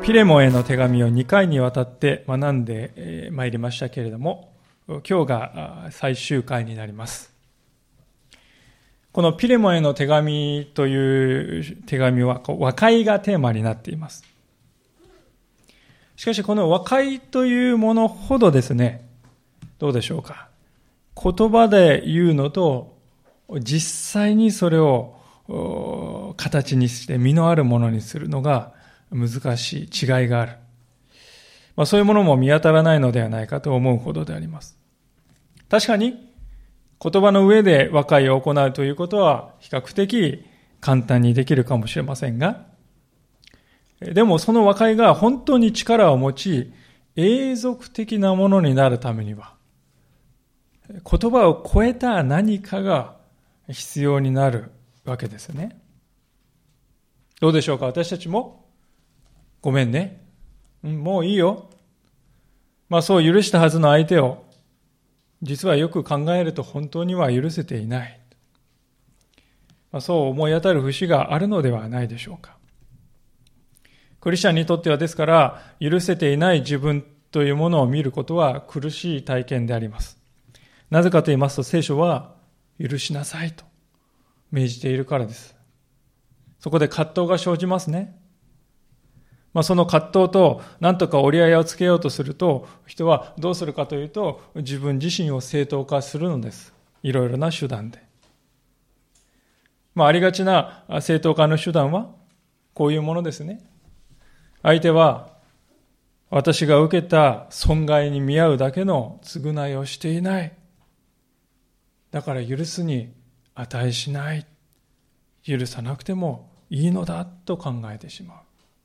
ピレモンへの手紙を2回にわたって学んでまいりましたけれども、今日が最終回になります。このピレモンへの手紙という手紙は和解がテーマになっています。しかしこの和解というものほどですね、どうでしょうか。言葉で言うのと実際にそれを形にして実のあるものにするのが難しい、違いがある。そういうものも見当たらないのではないかと思うほどであります。確かに言葉の上で和解を行うということは比較的簡単にできるかもしれませんが、でもその和解が本当に力を持ち永続的なものになるためには、言葉を超えた何かが必要になるわけですね。どうでしょうか。私たちもごめんね、もういいよ、そう許したはずの相手を実はよく考えると本当には許せていない、そう思い当たる節があるのではないでしょうか。クリスチャンにとってはですから、許せていない自分というものを見ることは苦しい体験であります。なぜかと言いますと、聖書は許しなさいと命じているからです。そこで葛藤が生じますね。その葛藤と何とか折り合いをつけようとすると、人はどうするかというと、自分自身を正当化するのです。いろいろな手段で。ありがちな正当化の手段はこういうものですね。相手は私が受けた損害に見合うだけの償いをしていない。だから許すに値しない。許さなくてもいいのだと考えてしまう。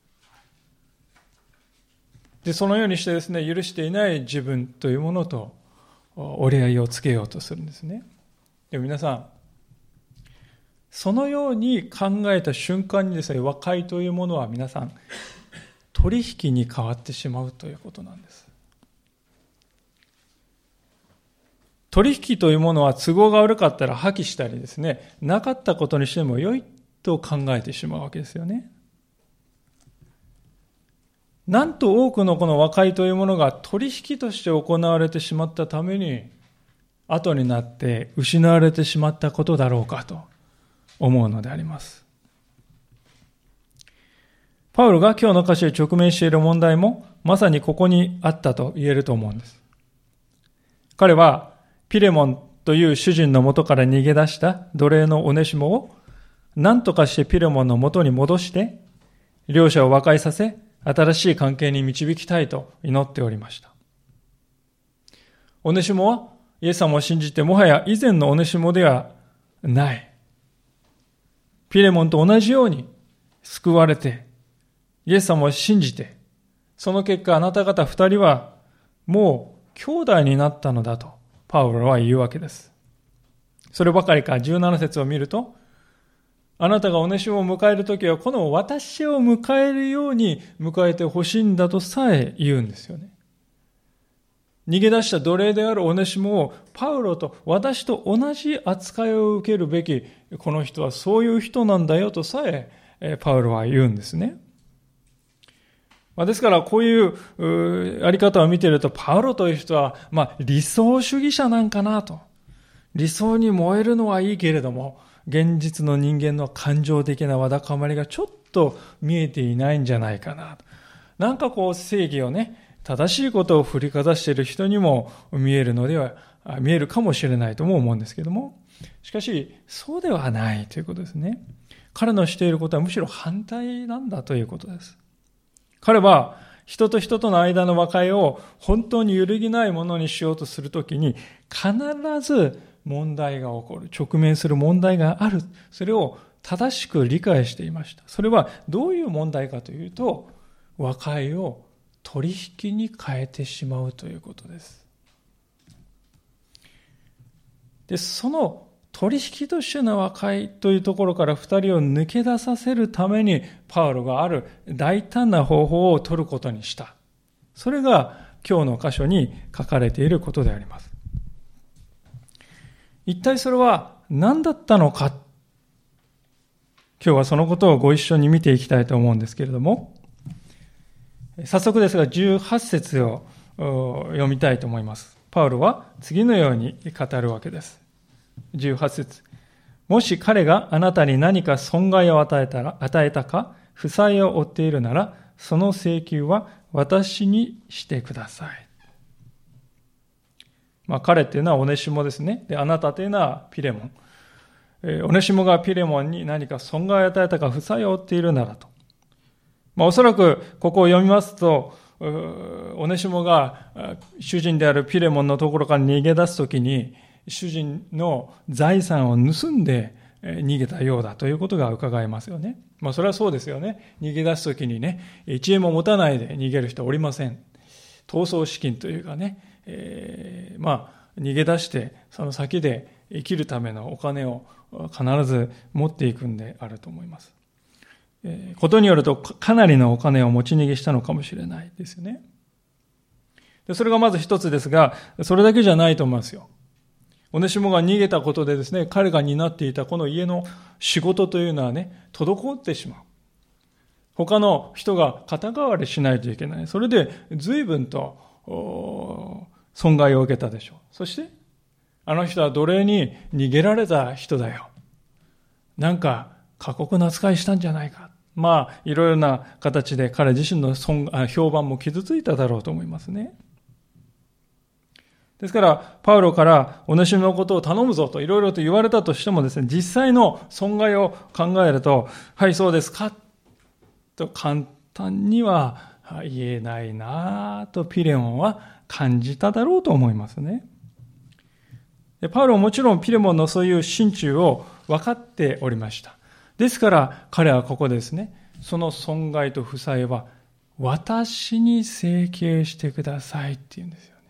で、そのようにしてですね、許していない自分というものと折り合いをつけようとするんですね。でも皆さん、そのように考えた瞬間にですね、和解というものは皆さん、取引に変わってしまうということなんです。取引というものは都合が悪かったら破棄したりですね、なかったことにしても良いと考えてしまうわけですよね。なんと多くのこの和解というものが取引として行われてしまったために、後になって失われてしまったことだろうかと思うのであります。パウロが今日の箇所で直面している問題もまさにここにあったと言えると思うんです。彼はピレモンという主人の元から逃げ出した奴隷のオネシモを何とかしてピレモンの元に戻して両者を和解させ、新しい関係に導きたいと祈っておりました。オネシモはイエス様を信じてもはや以前のオネシモではない。ピレモンと同じように救われてイエス様を信じて、その結果あなた方二人はもう兄弟になったのだとパウロは言うわけです。そればかりか17節を見ると、あなたがオネシモを迎えるときはこの私を迎えるように迎えてほしいんだとさえ言うんですよね。逃げ出した奴隷であるオネシモをパウロと私と同じ扱いを受けるべきこの人はそういう人なんだよとさえパウロは言うんですね。ですからこういうあり方を見ていると、パウロという人は理想主義者なんかなと。理想に燃えるのはいいけれども、現実の人間の感情的なわだかまりがちょっと見えていないんじゃないかな。なんか正義をね、正しいことを振りかざしている人にも見えるかもしれないとも思うんですけども、しかしそうではないということですね。彼のしていることはむしろ反対なんだということです。彼は人と人との間の和解を本当に揺るぎないものにしようとするときに必ず問題が起こる、直面する問題がある。それを正しく理解していました。それはどういう問題かというと、和解を取引に変えてしまうということです。で、その取引としての和解というところから二人を抜け出させるためにパウロがある大胆な方法を取ることにした。それが今日の箇所に書かれていることであります。一体それは何だったのか。今日はそのことをご一緒に見ていきたいと思うんですけれども、 早速ですが18節を読みたいと思います。パウロは次のように語るわけです。18節。もし彼があなたに何か損害を与えたか、負債を負っているなら、その請求は私にしてください。彼っていうのはオネシモですね。で、あなたというのはピレモン。オネシモがピレモンに何か損害を与えたか、負債を負っているならと。おそらくここを読みますと、オネシモが主人であるピレモンのところから逃げ出すときに、主人の財産を盗んで逃げたようだということが伺えますよね。それはそうですよね。逃げ出すときにね、1円も持たないで逃げる人おりません。逃走資金というかね、逃げ出してその先で生きるためのお金を必ず持っていくんであると思います。ことによるとかなりのお金を持ち逃げしたのかもしれないですよね。それがまず一つですが、それだけじゃないと思いますよ。オネシモが逃げたことでですね、彼が担っていたこの家の仕事というのはね、滞ってしまう。他の人が肩代わりしないといけない。それで随分と損害を受けたでしょう。そして、あの人は奴隷に逃げられた人だよ。なんか過酷な扱いしたんじゃないか。いろいろな形で彼自身の評判も傷ついただろうと思いますね。ですから、パウロからオネシモのことを頼むぞといろいろと言われたとしてもですね、実際の損害を考えると、はい、そうですか、と簡単には言えないなとピレモンは感じただろうと思いますね。パウロはもちろんピレモンのそういう心中を分かっておりました。ですから彼はここですね、その損害と負債は私に請求してくださいって言うんですよね。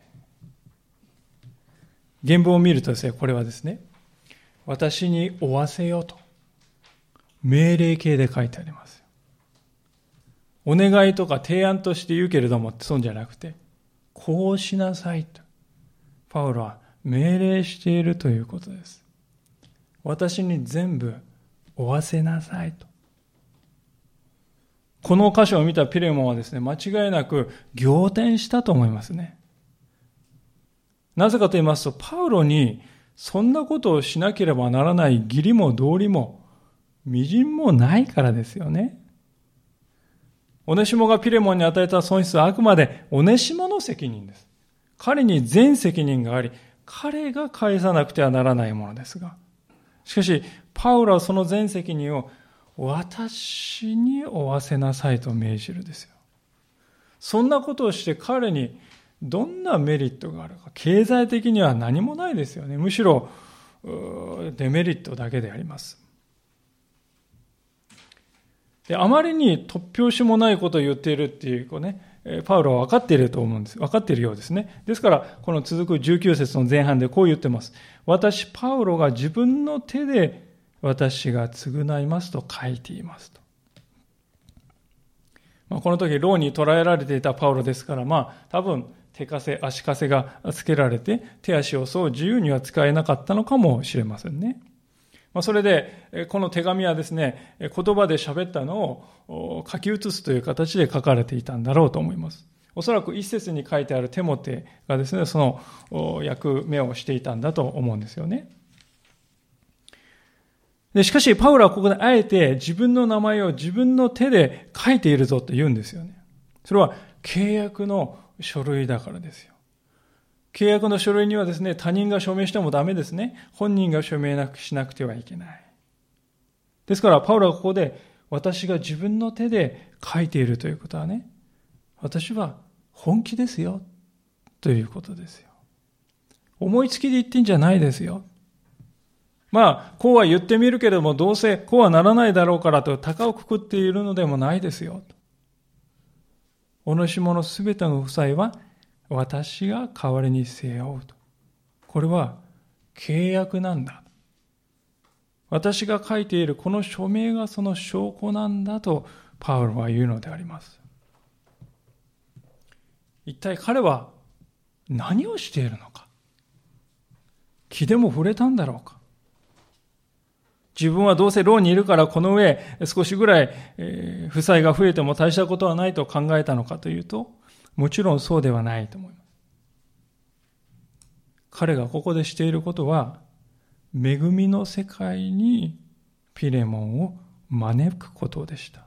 原文を見るとですね、これはですね、私に負わせよと命令形で書いてあります。お願いとか提案として言うけれども、そうじゃなくて、こうしなさいとパウロは命令しているということです。私に全部負わせなさいと。この箇所を見たピレモンはですね、間違いなく仰天したと思いますね。なぜかと言いますと、パウロにそんなことをしなければならない義理も道理も微塵もないからですよね。オネシモがピレモンに与えた損失はあくまでオネシモの責任です。彼に全責任があり、彼が返さなくてはならないものですが、しかしパウロはその全責任を私に負わせなさいと命じるですよ。そんなことをして彼にどんなメリットがあるか、経済的には何もないですよね。むしろデメリットだけであります。で、あまりに突拍子もないことを言っているっていうパウロは分かっていると思うんです。分かっているようですね。ですから、この続く19節の前半でこう言ってます。私、パウロが自分の手で私が償いますと書いていますと。この時、牢に捕らえられていたパウロですから、多分、手かせ、足かせがつけられて、手足をそう自由には使えなかったのかもしれませんね。それで、この手紙はですね、言葉で喋ったのを書き写すという形で書かれていたんだろうと思います。おそらく一節に書いてあるテモテがですね、その役目をしていたんだと思うんですよね。で、しかし、パウロはここであえて自分の名前を自分の手で書いているぞと言うんですよね。それは契約の書類だからですよ。契約の書類にはですね、他人が署名してもダメですね。本人が署名しなくてはいけない。ですから、パウロはここで私が自分の手で書いているということはね、私は本気ですよということですよ。思いつきで言ってんじゃないですよ。こうは言ってみるけれども、どうせこうはならないだろうからと高をくくっているのでもないですよ。オネシモのすべての負債は私が代わりに背負うと。これは契約なんだ。私が書いているこの署名がその証拠なんだとパウロは言うのであります。一体彼は何をしているのか。気でも触れたんだろうか。 自分はどうせ牢にいるからこの上少しぐらい負債が増えても大したことはないと考えたのかというと、もちろんそうではないと思います。彼がここでしていることは、恵みの世界にピレモンを招くことでした。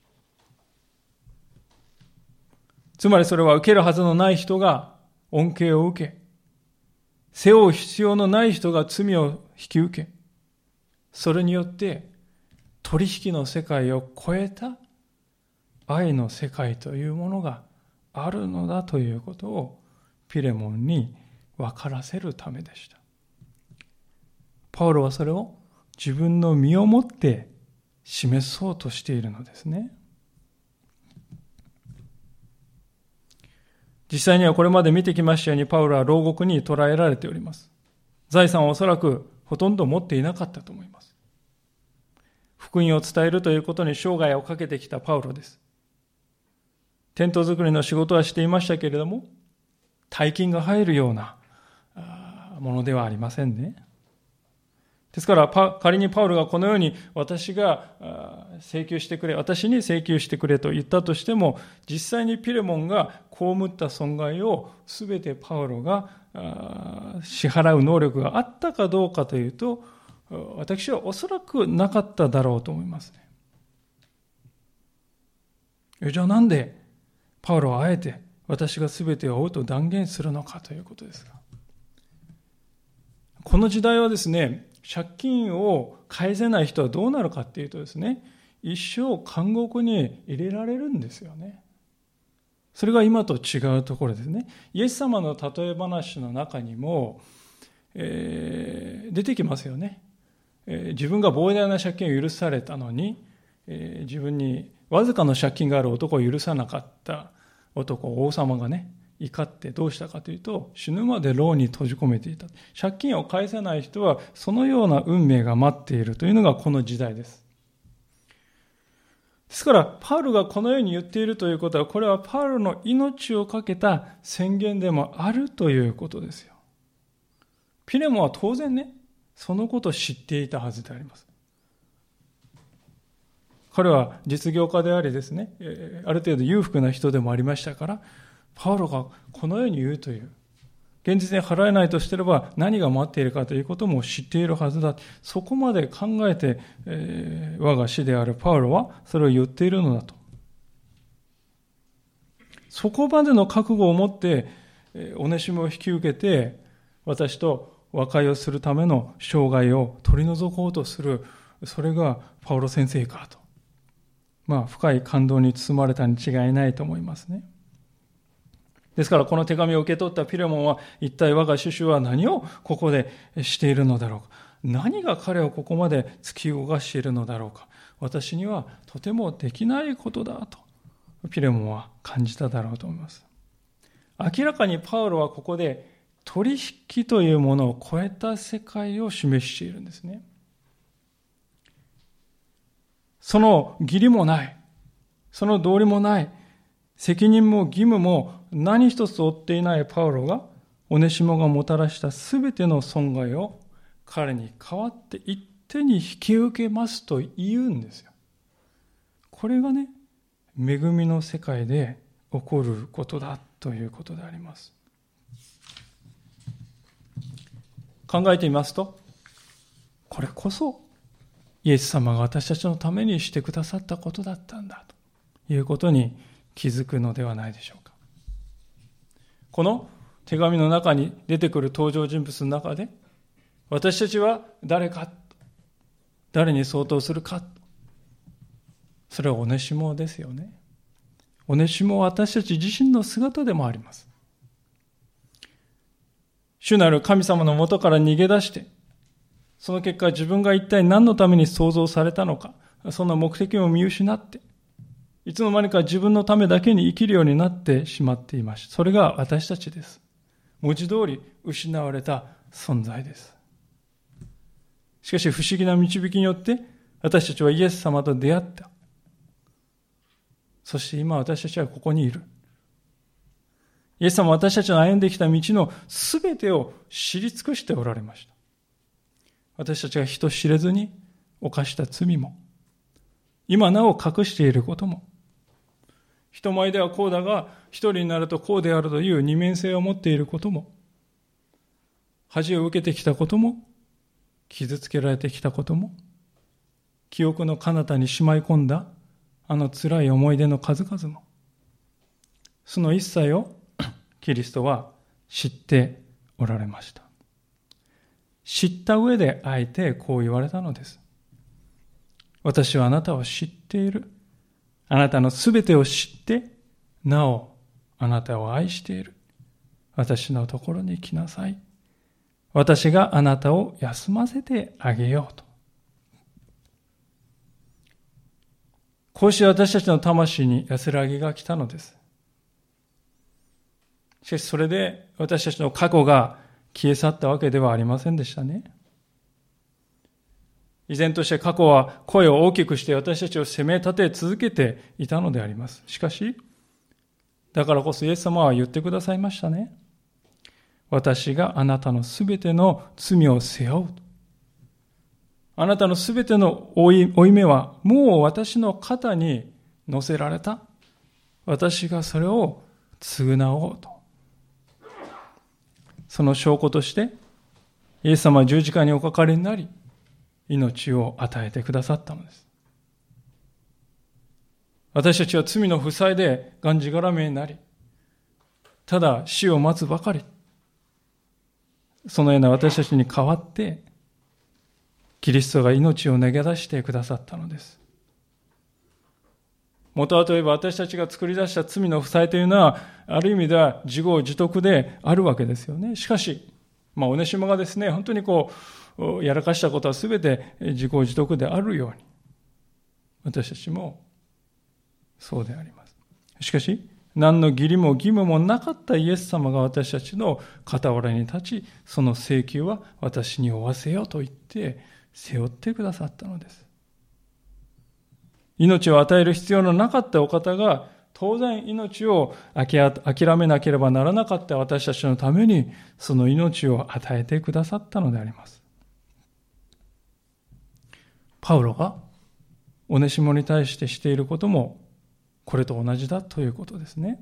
つまりそれは受けるはずのない人が恩恵を受け、背負う必要のない人が罪を引き受け、それによって取引の世界を超えた愛の世界というものがあるのだということをピレモンに分からせるためでした。パウロはそれを自分の身をもって示そうとしているのですね。実際にはこれまで見てきましたように、パウロは牢獄に捕らえられております。財産はおそらくほとんど持っていなかったと思います。福音を伝えるということに生涯をかけてきたパウロです。テント作りの仕事はしていましたけれども、大金が入るようなものではありませんね。ですから仮にパウロがこのように私に請求してくれと言ったとしても、実際にピレモンが被った損害をすべてパウロが支払う能力があったかどうかというと、私はおそらくなかっただろうと思いますね。じゃあなんでパウロはあえて私がすべてを負うと断言するのかということですが、この時代はですね、借金を返せない人はどうなるかっていうとですね、一生監獄に入れられるんですよね。それが今と違うところですね。イエス様の例え話の中にも、出てきますよね。自分が膨大な借金を許されたのに、自分にわずかの借金がある男を許さなかった男、王様がね、怒ってどうしたかというと、死ぬまで牢に閉じ込めていた。借金を返せない人はそのような運命が待っているというのがこの時代です。ですからパウロがこのように言っているということは、これはパウロの命を懸けた宣言でもあるということですよ。ピレモンは当然ね、そのことを知っていたはずであります。彼は実業家でありですね、ある程度裕福な人でもありましたから、パウロがこのように言うという、現実に払えないとしてれば何が待っているかということも知っているはずだ。そこまで考えて、我が師であるパウロはそれを言っているのだと。そこまでの覚悟を持って、オネシモを引き受けて、私と和解をするための生涯を取り除こうとする、それがパウロ先生かと。深い感動に包まれたに違いないと思いますね。ですからこの手紙を受け取ったピレモンは、一体我が主主は何をここでしているのだろうか。何が彼をここまで突き動かしているのだろうか。私にはとてもできないことだとピレモンは感じただろうと思います。明らかにパウロはここで取引というものを超えた世界を示しているんですね。その義理もない、その道理もない、責任も義務も何一つ負っていないパウロが、オネシモがもたらしたすべての損害を彼に代わって一手に引き受けますと言うんですよ。これがね、恵みの世界で起こることだということであります。考えてみますと、これこそイエス様が私たちのためにしてくださったことだったんだということに気づくのではないでしょうか。この手紙の中に出てくる登場人物の中で、私たちは誰か、誰に相当するか、それはオネシモですよね。オネシモは私たち自身の姿でもあります。主なる神様のもとから逃げ出して、その結果自分が一体何のために創造されたのか、その目的を見失って、いつの間にか自分のためだけに生きるようになってしまっていました。それが私たちです。文字通り失われた存在です。しかし不思議な導きによって私たちはイエス様と出会った。そして今私たちはここにいる。イエス様は私たちの歩んできた道のすべてを知り尽くしておられました。私たちが人知れずに犯した罪も、今なお隠していることも、人前ではこうだが、一人になるとこうであるという二面性を持っていることも、恥を受けてきたことも、傷つけられてきたことも、記憶の彼方にしまい込んだあの辛い思い出の数々も、その一切をキリストは知っておられました。知った上であえてこう言われたのです。私はあなたを知っている。あなたのすべてを知って、なおあなたを愛している。私のところに来なさい。私があなたを休ませてあげようと。こうして私たちの魂に安らぎが来たのです。しかしそれで私たちの過去が消え去ったわけではありませんでしたね。依然として過去は声を大きくして私たちを責め立て続けていたのであります。しかし、だからこそイエス様は言ってくださいましたね。私があなたのすべての罪を背負う。あなたのすべての負い目はもう私の肩に乗せられた。私がそれを償おうと。その証拠としてイエス様は十字架におかかりになり、命を与えてくださったのです。私たちは罪の負債でがんじがらめになり、ただ死を待つばかり。そのような私たちに代わって、キリストが命を投げ出してくださったのです。元はといえば私たちが作り出した罪の負債というのは、ある意味では自業自得であるわけですよね。しかし、オネシモがですね、本当にやらかしたことはすべて自業自得であるように、私たちもそうであります。しかし、何の義理も義務もなかったイエス様が私たちの傍らに立ち、その請求は私に負わせようと言って背負ってくださったのです。命を与える必要のなかったお方が、当然命を諦めなければならなかった私たちのために、その命を与えてくださったのであります。パウロがオネシモに対してしていることも、これと同じだということですね。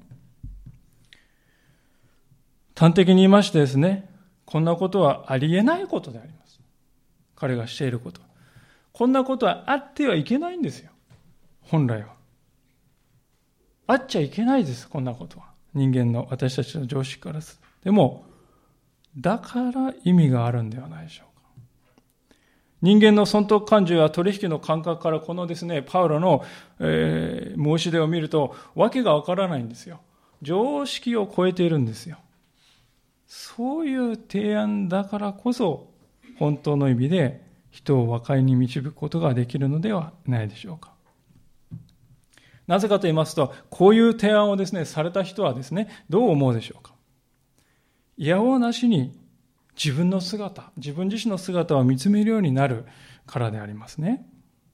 端的に言いましてですね、こんなことはありえないことであります。彼がしていること。こんなことはあってはいけないんですよ。本来は。あっちゃいけないです、こんなことは。人間の私たちの常識からする。でも、だから意味があるんではないでしょうか。人間の損得感情や取引の感覚からこのですね、パウロの、申し出を見ると、わけがわからないんですよ。常識を超えているんですよ。そういう提案だからこそ、本当の意味で人を和解に導くことができるのではないでしょうか。なぜかと言いますと、こういう提案をですね、された人はですね、どう思うでしょうか。いやおうなしに自分の姿、自分自身の姿を見つめるようになるからでありますね。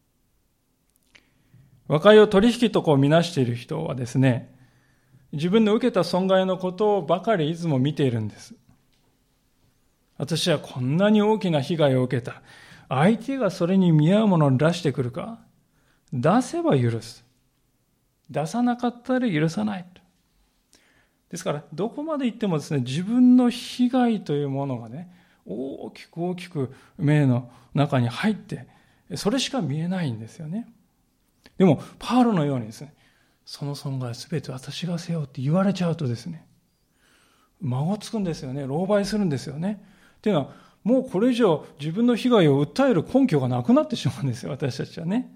和解を取引と見なしている人はですね、自分の受けた損害のことばかりいつも見ているんです。私はこんなに大きな被害を受けた。相手がそれに見合うものを出してくるか。出せば許す。出さなかったら許さない。ですから、どこまで行ってもですね、自分の被害というものがね、大きく目の中に入って、それしか見えないんですよね。でも、パウロのようにですね、その損害は全て私が背負うって言われちゃうとですね、孫つくんですよね、狼狽するんですよね。っていうのは、もうこれ以上自分の被害を訴える根拠がなくなってしまうんですよ、私たちはね。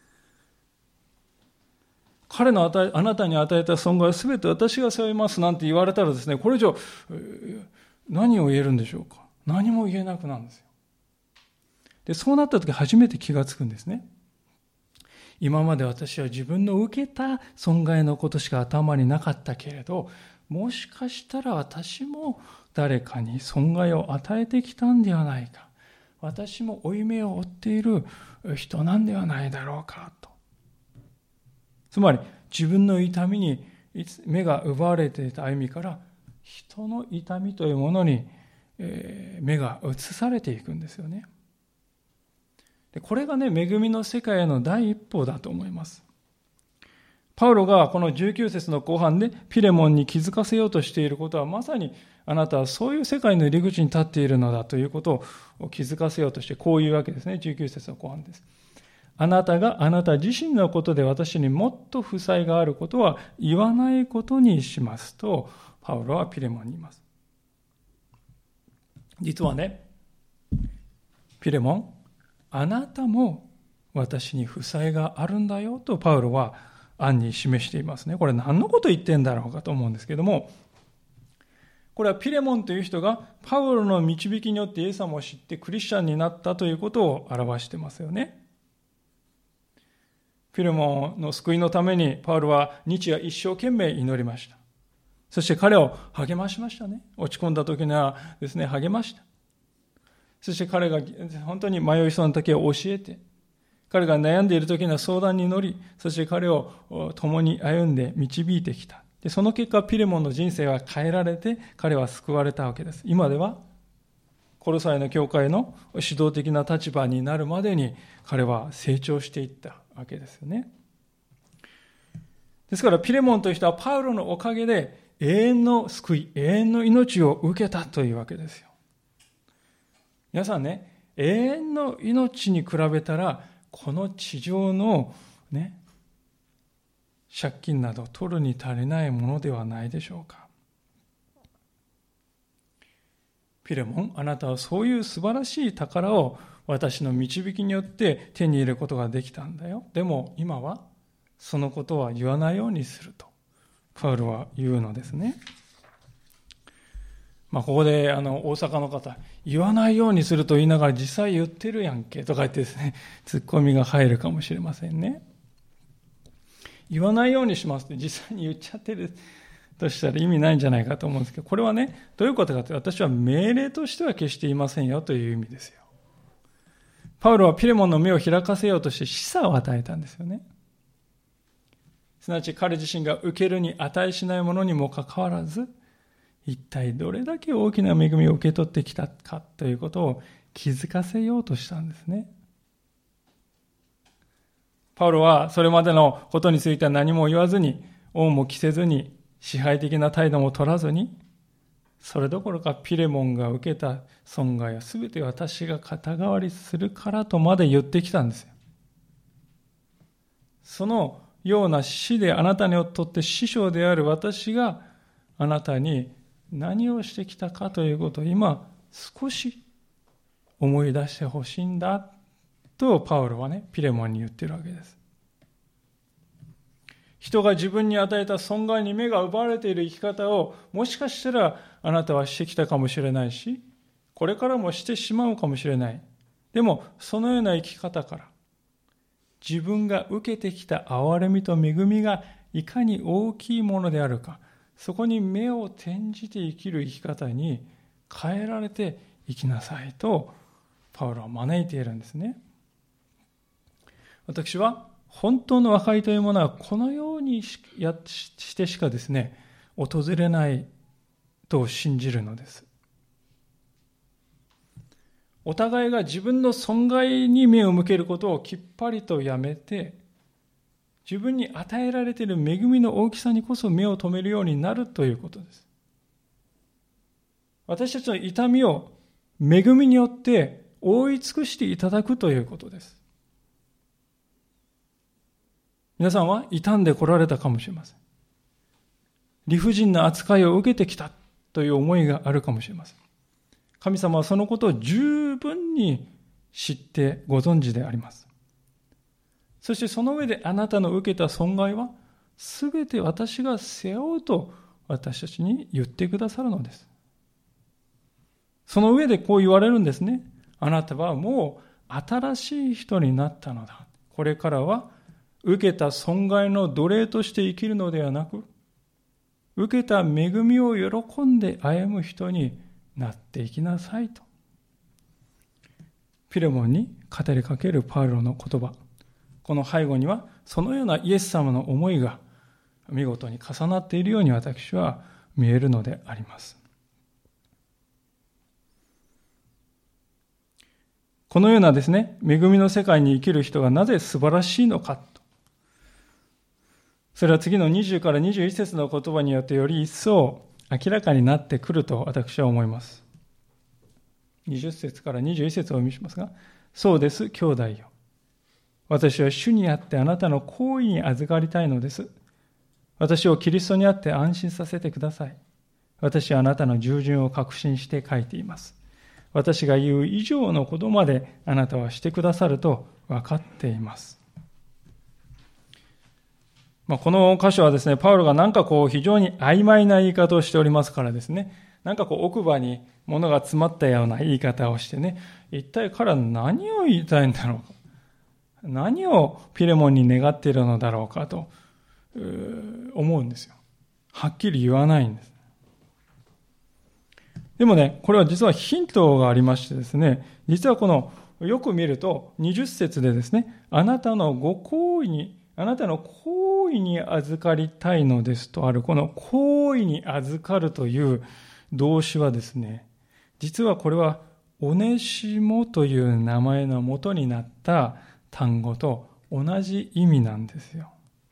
彼のあなたに与えた損害を全て私が背負いますなんて言われたらですね、これ以上何を言えるんでしょうか。何も言えなくなるんですよ。で、そうなった時初めて気がつくんですね。今まで私は自分の受けた損害のことしか頭になかったけれど、もしかしたら私も誰かに損害を与えてきたんではないか。私も負い目を負っている人なんではないだろうかと。つまり自分の痛みに目が奪われていた歩みから人の痛みというものに目が移されていくんですよね。 これがね、恵みの世界への第一歩だと思います。パウロがこの19節の後半でピレモンに気づかせようとしていることは、まさにあなたはそういう世界の入り口に立っているのだということを気づかせようとして、こういうわけですね。19節の後半です。あなたがあなた自身のことで私にもっと負債があることは言わないことにしますと、パウロはピレモンに言います。実はね、ピレモン、あなたも私に負債があるんだよとパウロは暗に示していますね。これ何のこと言ってんだろうかと思うんですけども、これはピレモンという人がパウロの導きによってイエス様を知ってクリスチャンになったということを表してますよね。ピレモンの救いのためにパウロは日夜一生懸命祈りました。そして彼を励ましましたね。落ち込んだ時にはですね、励ました。そして彼が本当に迷いそうな時は教えて、彼が悩んでいる時には相談に乗り、そして彼を共に歩んで導いてきた。で、その結果、ピレモンの人生は変えられて、彼は救われたわけです。今では、コロサイの教会の指導的な立場になるまでに、彼は成長していったわけですよね。ですから、ピレモンという人はパウロのおかげで永遠の救い、永遠の命を受けたというわけですよ。皆さんね、永遠の命に比べたら、この地上のね、借金など取るに足りないものではないでしょうか。ピレモン、あなたはそういう素晴らしい宝を私の導きによって手に入れることができたんだよ。でも今はそのことは言わないようにするとパウロは言うのですね。ここで大阪の方、言わないようにすると言いながら実際言ってるやんけとか言ってですね、ツッコミが入るかもしれませんね。言わないようにしますって実際に言っちゃってるとしたら意味ないんじゃないかと思うんですけど、これはね、どういうことかというと、私は命令としては決して言いませんよという意味ですよ。パウロはピレモンの目を開かせようとして示唆を与えたんですよね。すなわち彼自身が受けるに値しないものにもかかわらず、一体どれだけ大きな恵みを受け取ってきたかということを気づかせようとしたんですね。パウロはそれまでのことについては何も言わずに、恩も着せずに、支配的な態度も取らずに、それどころかピレモンが受けた損害は全て私が肩代わりするからとまで言ってきたんですよ。そのような死であなたにとって師匠である私があなたに何をしてきたかということを今少し思い出してほしいんだとパウロはね、ピレモンに言っているわけです。人が自分に与えた損害に目が奪われている生き方をもしかしたらあなたはしてきたかもしれないし、これからもしてしまうかもしれない。でもそのような生き方から自分が受けてきた憐れみと恵みがいかに大きいものであるか、そこに目を転じて生きる生き方に変えられて生きなさいとパウロは招いているんですね。私は本当の和解というものはこのようにしてしかですね、訪れないと信じるのです。お互いが自分の損害に目を向けることをきっぱりとやめて、自分に与えられている恵みの大きさにこそ目を留めるようになるということです。私たちの痛みを恵みによって覆い尽くしていただくということです。皆さんは傷んで来られたかもしれません。理不尽な扱いを受けてきたという思いがあるかもしれません。神様はそのことを十分に知ってご存知であります。そしてその上であなたの受けた損害はすべて私が背負うと私たちに言ってくださるのです。その上でこう言われるんですね。あなたはもう新しい人になったのだ。これからは受けた損害の奴隷として生きるのではなく、受けた恵みを喜んで歩む人になっていきなさいと。ピレモンに語りかけるパウロの言葉。この背後にはそのようなイエス様の思いが見事に重なっているように私は見えるのであります。 このようなですね、恵みの世界に生きる人がなぜ素晴らしいのかと。それは次の20から21節の言葉によってより一層明らかになってくると私は思います。20節から21節をお見せしますが、そうです、兄弟よ。私は主にあってあなたの行為に預かりたいのです。私をキリストにあって安心させてください。私はあなたの従順を確信して書いています。私が言う以上のことまであなたはしてくださると分かっています。この箇所はですね、パウロが非常に曖昧な言い方をしておりますからですね、奥歯に物が詰まったような言い方をしてね、一体彼は何を言いたいんだろうか。何をピレモンに願っているのだろうかと思うんですよ。はっきり言わないんです。でもね、これは実はヒントがありましてですね、実はよく見ると20節でですね、あなたの行為に預かりたいのですとある、この行為に預かるという動詞はですね、実はこれはオネシモという名前の元になった単語と同じ意味なんですよ。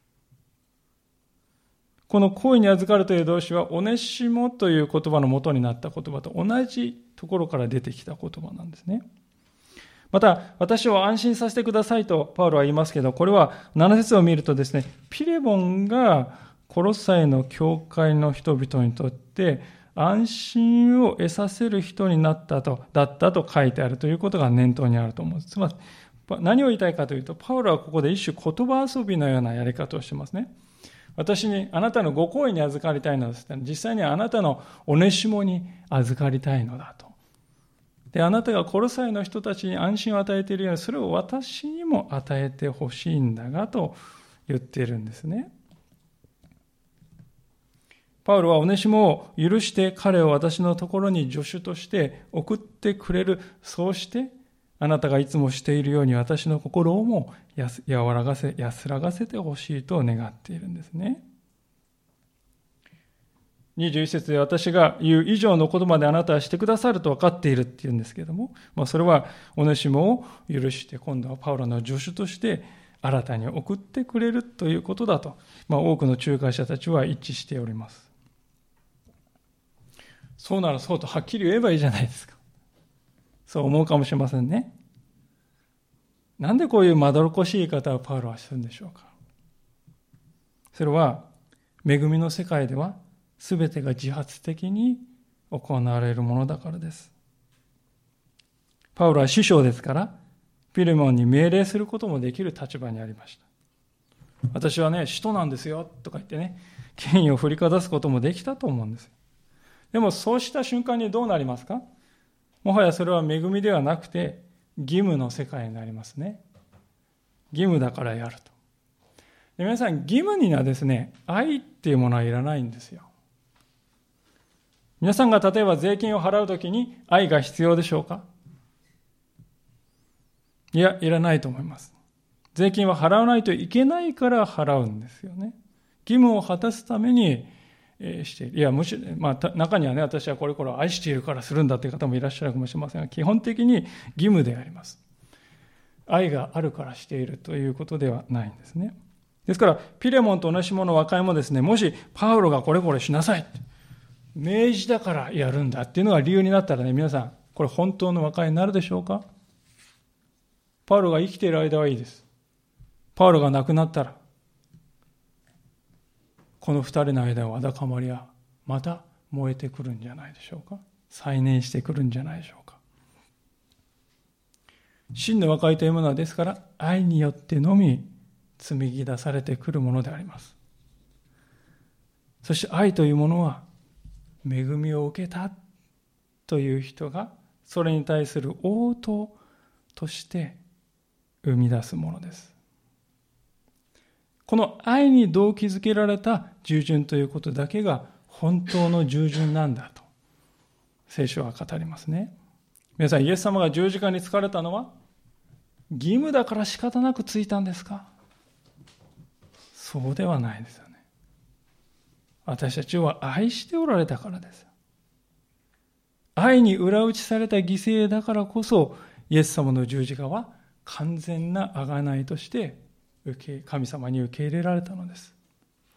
この行為に預かるという動詞はオネシモという言葉の元になった言葉と同じところから出てきた言葉なんですね。また、私を安心させてくださいとパウロは言いますけど、これは7節を見るとですね、ピレモンがコロサイの教会の人々にとって安心を得させる人にだったと書いてあるということが念頭にあると思うんです。つまり、何を言いたいかというと、パウロはここで一種言葉遊びのようなやり方をしてますね。私にあなたのご行為に預かりたいのです。実際にはあなたのオネシモに預かりたいのだと。で、あなたがコロサイの人たちに安心を与えているように、それを私にも与えてほしいんだがと言っているんですね。パウロはオネシモを許して彼を私のところに助手として送ってくれる。そうしてあなたがいつもしているように私の心をも安らかせてほしいと願っているんですね。21節で私が言う以上のことまであなたはしてくださると分かっているって言うんですけれども、それはオネシモを許して今度はパウロの助手として新たに送ってくれるということだと、多くの仲介者たちは一致しております。そうならそうとはっきり言えばいいじゃないですか。そう思うかもしれませんね。なんでこういうまどろっこしい言い方をパウロはするんでしょうか。それは恵みの世界では全てが自発的に行われるものだからです。パウロは師匠ですからピレモンに命令することもできる立場にありました。私はね、使徒なんですよとか言ってね、権威を振りかざすこともできたと思うんです。でもそうした瞬間にどうなりますか？もはやそれは恵みではなくて義務の世界になりますね。義務だからやると。で、皆さん、義務にはですね、愛っていうものはいらないんですよ。皆さんが例えば税金を払うときに愛が必要でしょうか？いや、いらないと思います。税金は払わないといけないから払うんですよね。義務を果たすためにしている。いや、むしろ、中にはね、私はこれを愛しているからするんだという方もいらっしゃるかもしれませんが、基本的に義務であります。愛があるからしているということではないんですね。ですから、ピレモンとオネシモの和解もですね、もしパウロがこれしなさい、命じだからやるんだっていうのが理由になったらね、皆さん、これ本当の和解になるでしょうか？パウロが生きている間はいいです。パウロが亡くなったら、この二人の間のわだかまりはまた燃えてくるんじゃないでしょうか。再燃してくるんじゃないでしょうか。真の和解というものはですから愛によってのみ紡ぎ出されてくるものであります。そして愛というものは恵みを受けたという人がそれに対する応答として生み出すものです。この愛に動機づけられた従順ということだけが本当の従順なんだと聖書は語りますね。皆さん、イエス様が十字架につかれたのは義務だから仕方なくついたんですか？そうではないですよね。私たちは愛しておられたからです。愛に裏打ちされた犠牲だからこそイエス様の十字架は完全な贖いとして神様に受け入れられたのです。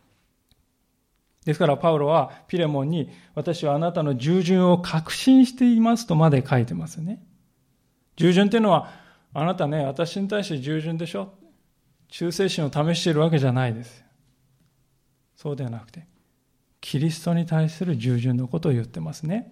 ですからパウロはピレモンに、私はあなたの従順を確信していますとまで書いてますね。従順というのは、あなたね、私に対して従順でしょ、忠誠心を試しているわけじゃないです。そうではなくて、キリストに対する従順のことを言ってますね。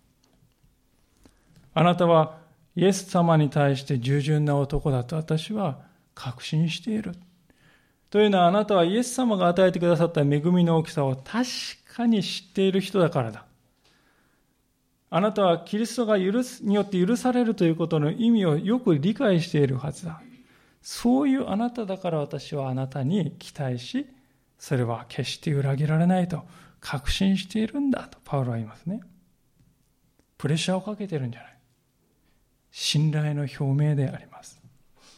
あなたはイエス様に対して従順な男だと私は確信している。というのは、あなたはイエス様が与えてくださった恵みの大きさを確かに知っている人だからだ。あなたはキリストがによって許されるということの意味をよく理解しているはずだ。そういうあなただから私はあなたに期待し、それは決して裏切られないと確信しているんだとパウロは言いますね。プレッシャーをかけてるんじゃない。信頼の表明であります。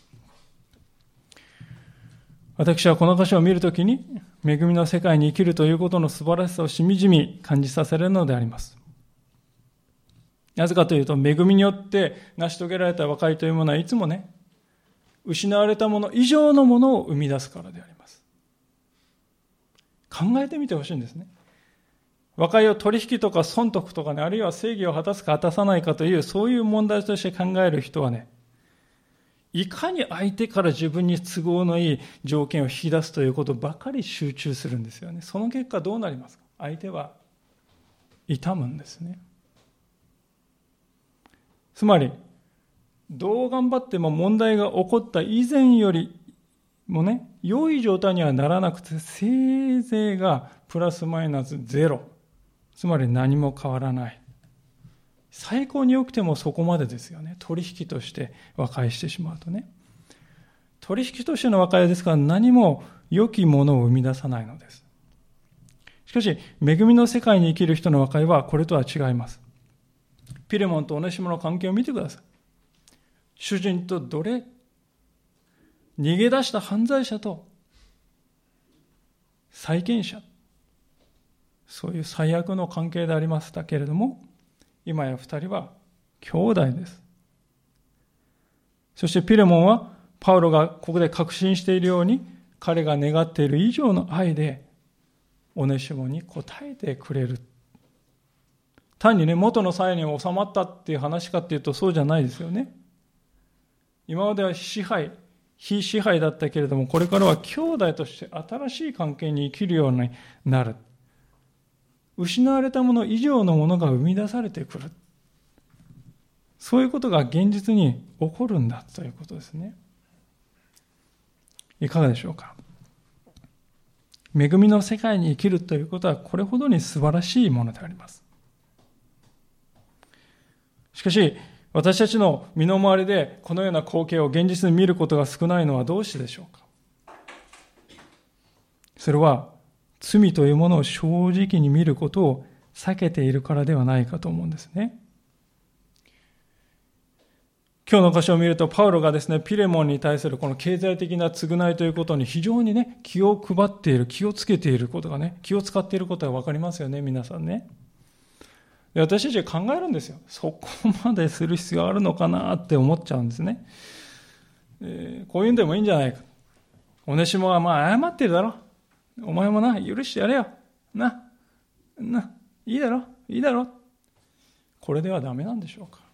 私はこの箇所を見るときに、恵みの世界に生きるということの素晴らしさをしみじみ感じさせられるのであります。なぜかというと、恵みによって成し遂げられた和解というものはいつもね、失われたもの以上のものを生み出すからであります。考えてみてほしいんですね。和解を取引とか損得とかね、あるいは正義を果たすか果たさないかという、そういう問題として考える人はね、いかに相手から自分に都合のいい条件を引き出すということばかり集中するんですよね。その結果どうなりますか？相手は痛むんですね。つまり、どう頑張っても問題が起こった以前よりもね、良い状態にはならなくて、せいぜいがプラスマイナスゼロ。つまり何も変わらない。最高に良くてもそこまでですよね。取引として和解してしまうとね。取引としての和解ですから何も良きものを生み出さないのです。しかし、恵みの世界に生きる人の和解はこれとは違います。ピレモンとオネシモの関係を見てください。主人と奴隷、逃げ出した犯罪者と債権者、そういう最悪の関係でありましたけれども、今や二人は兄弟です。そしてピレモンはパウロがここで確信しているように、彼が願っている以上の愛でオネシモに応えてくれる。単にね、元の際に収まったっていう話かっていうとそうじゃないですよね。今までは非支配だったけれども、これからは兄弟として新しい関係に生きるようになる。失われたもの以上のものが生み出されてくる。そういうことが現実に起こるんだということですね。いかがでしょうか。恵みの世界に生きるということはこれほどに素晴らしいものであります。しかし、私たちの身の回りでこのような光景を現実に見ることが少ないのはどうしてでしょうか。それは罪というものを正直に見ることを避けているからではないかと思うんですね。今日の箇所を見るとパウロがですね、ピレモンに対するこの経済的な償いということに非常にね、気を配っている、気をつけていることがね、気を使っていることが分かりますよね、皆さんね。で、私たちは考えるんですよ。そこまでする必要あるのかなって思っちゃうんですね。こういうんでもいいんじゃないか。オネシモは謝ってるだろ。お前もな、許してやれよ。いいだろ。これではダメなんでしょうか。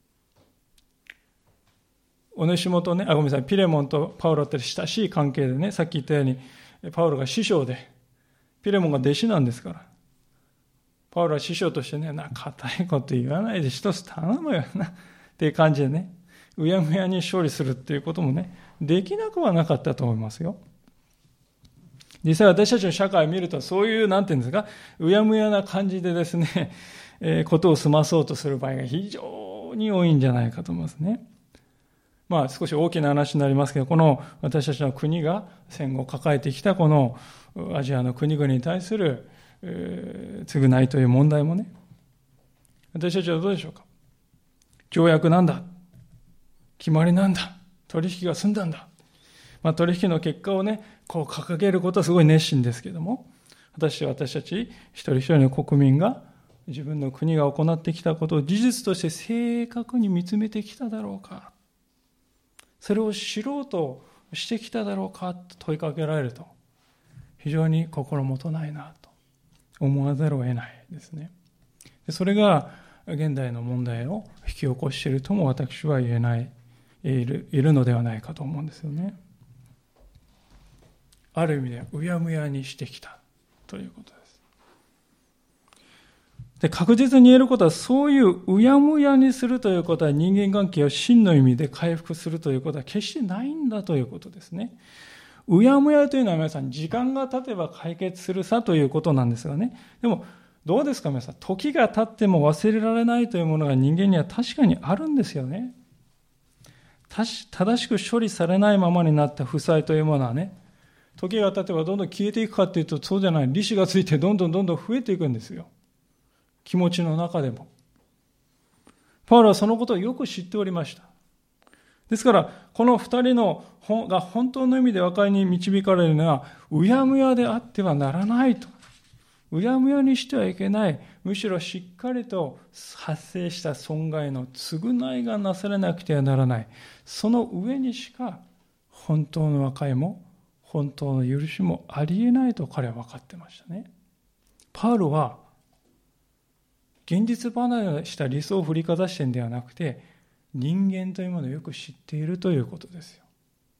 オネシモとね、ピレモンとパウロって親しい関係でね、さっき言ったように、パウロが師匠で、ピレモンが弟子なんですから。パウロは師匠としてね、固いこと言わないで一つ頼むよな、っていう感じでね、うやむやに勝利するっていうこともね、できなくはなかったと思いますよ。実際私たちの社会を見ると、そういう、なんていうんですか、うやむやな感じでですね、ことを済まそうとする場合が非常に多いんじゃないかと思いますね。少し大きな話になりますけど、この私たちの国が戦後抱えてきたこのアジアの国々に対する償いという問題もね、私たちはどうでしょうか。条約なんだ、決まりなんだ、取引が済んだんだ、取引の結果をね、こう掲げることはすごい熱心ですけども、私たち一人一人の国民が自分の国が行ってきたことを事実として正確に見つめてきただろうか、それを知ろうとしてきただろうかと問いかけられると、非常に心もとないなと思わざるを得ないですね。それが現代の問題を引き起こしているとも私は言えない、いるのではないかと思うんですよね。ある意味でうやむやにしてきたということです。で、確実に言えることは、そういううやむやにするということは、人間関係を真の意味で回復するということは決してないんだということですね。うやむやというのは皆さん、時間が経てば解決するさということなんですがね。でもどうですか皆さん、時が経っても忘れられないというものが人間には確かにあるんですよね。正しく処理されないままになった負債というものはね、時が経てばどんどん消えていくかというと、そうじゃない。利子がついてどんどん増えていくんですよ。気持ちの中でも。パウロはそのことをよく知っておりました。ですから、この二人のが本当の意味で和解に導かれるのは、うやむやであってはならないと。うやむやにしてはいけない。むしろしっかりと発生した損害の償いがなされなくてはならない。その上にしか本当の和解も本当の許しもありえないと彼は分かってましたね。パウロは現実離れした理想を振りかざしてんではなくて、人間というものをよく知っているということですよ。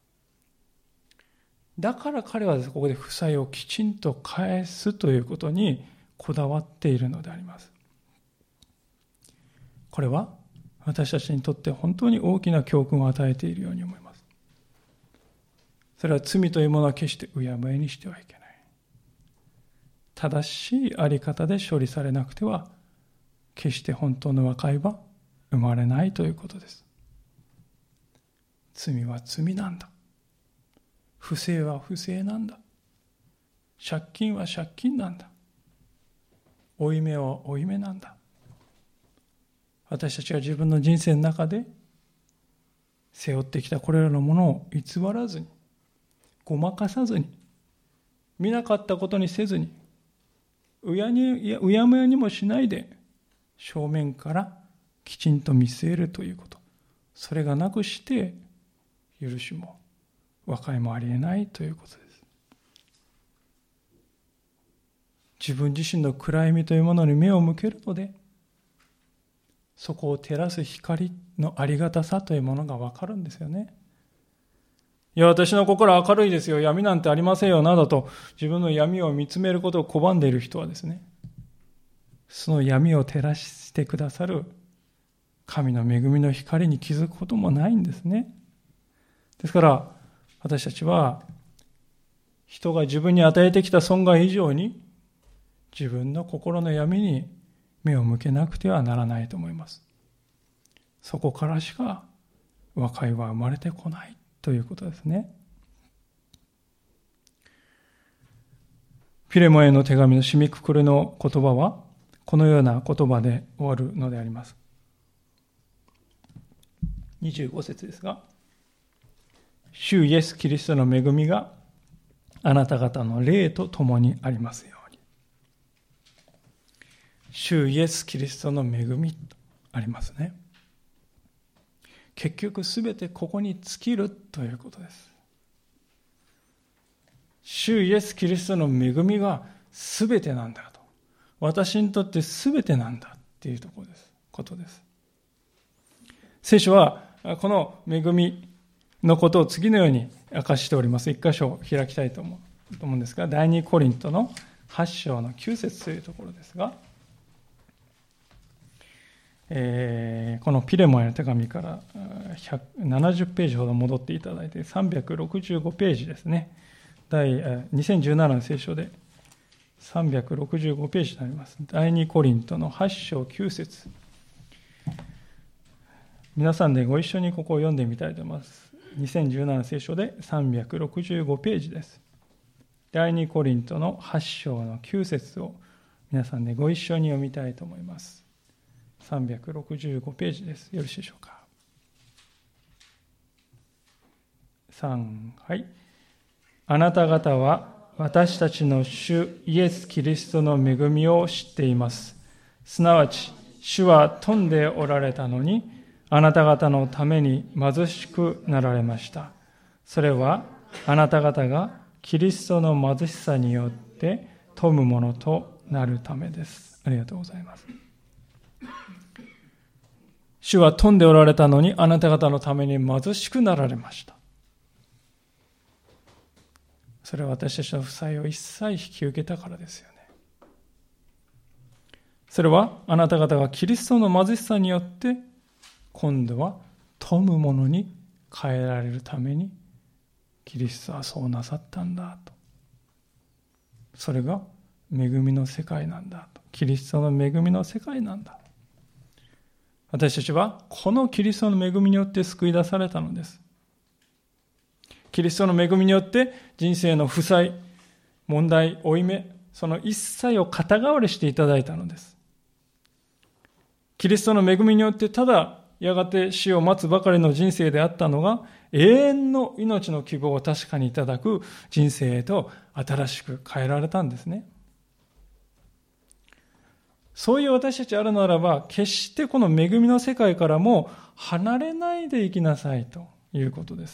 だから彼はここで負債をきちんと返すということにこだわっているのであります。これは私たちにとって本当に大きな教訓を与えているように思います。それは罪というものは決してうやむやにしてはいけない。正しいあり方で処理されなくては決して本当の和解は生まれないということです。罪は罪なんだ。不正は不正なんだ。借金は借金なんだ。負い目は負い目なんだ。私たちが自分の人生の中で背負ってきたこれらのものを偽らずに、ごまかさずに、見なかったことにせずに、うやむやにもしないで、正面からきちんと見据えるということ。それがなくして許しも和解もありえないということです。自分自身の暗闇というものに目を向けるので、そこを照らす光のありがたさというものが分かるんですよね。いや、私の心は明るいですよ、闇なんてありませんよなどと自分の闇を見つめることを拒んでいる人はですね、その闇を照らしてくださる神の恵みの光に気づくこともないんですね。ですから私たちは人が自分に与えてきた損害以上に自分の心の闇に目を向けなくてはならないと思います。そこからしか和解は生まれてこないということですね。ピレモンへの手紙の締めくくりの言葉はこのような言葉で終わるのであります。25節ですが、主イエス・キリストの恵みがあなた方の霊と共にありますように。主イエス・キリストの恵みとありますね。結局すべてここに尽きるということです。主イエス・キリストの恵みがすべてなんだと。私にとってすべてなんだっていうことです。聖書はこの恵みのことを次のように明かしております。一箇所開きたいと思うんですが、第2コリントの8章の9節というところですが、このピレモンへの手紙から170ページほど戻っていただいて、365ページですね。2017の聖書で365ページになります。第2コリントの8章9節。皆さんでご一緒にここを読んでみたいと思います。2017聖書で365ページです。第2コリントの8章の9節を皆さんでご一緒に読みたいと思います。365ページです。よろしいでしょうか。3、はい。あなた方は私たちの主イエス・キリストの恵みを知っています。 すなわち主は富んでおられたのに、あなた方のために貧しくなられました。それはあなた方がキリストの貧しさによって富むものとなるためです。ありがとうございます。主は富んでおられたのに、あなた方のために貧しくなられました。それは私たちの負債を一切引き受けたからですよね。それはあなた方がキリストの貧しさによって今度は富むものに変えられるためにキリストはそうなさったんだと。それが恵みの世界なんだと。キリストの恵みの世界なんだ。私たちはこのキリストの恵みによって救い出されたのです。キリストの恵みによって人生の負債、問題、負い目、その一切を肩代わりしていただいたのです。キリストの恵みによってただやがて死を待つばかりの人生であったのが、永遠の命の希望を確かにいただく人生へと新しく変えられたんですね。そういう私たちあるならば、決してこの恵みの世界からも離れないでいきなさいということです。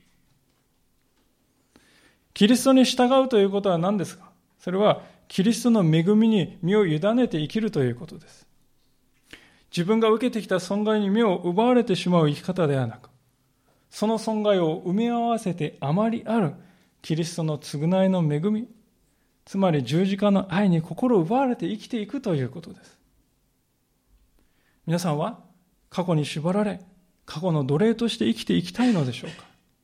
キリストに従うということは何ですか？それはキリストの恵みに身を委ねて生きるということです。自分が受けてきた損害に身を奪われてしまう生き方ではなく、その損害を埋め合わせてあまりあるキリストの償いの恵み、つまり十字架の愛に心を奪われて生きていくということです。皆さんは過去に縛られ、過去の奴隷として生きていきたいのでしょうか？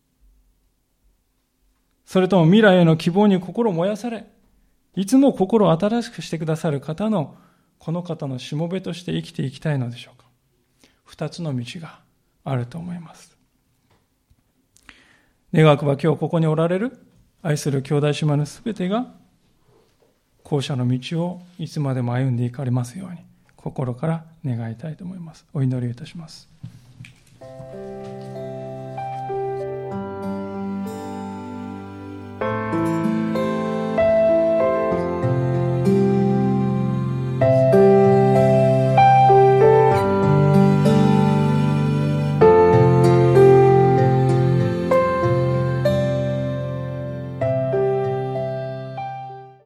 それとも未来への希望に心を燃やされ、いつも心を新しくしてくださる方のこの方のしもべとして生きていきたいのでしょうか？二つの道があると思います。願わくば今日ここにおられる愛する兄弟姉妹のすべてが後者の道をいつまでも歩んでいかれますように心から願いたいと思います。お祈りいたします。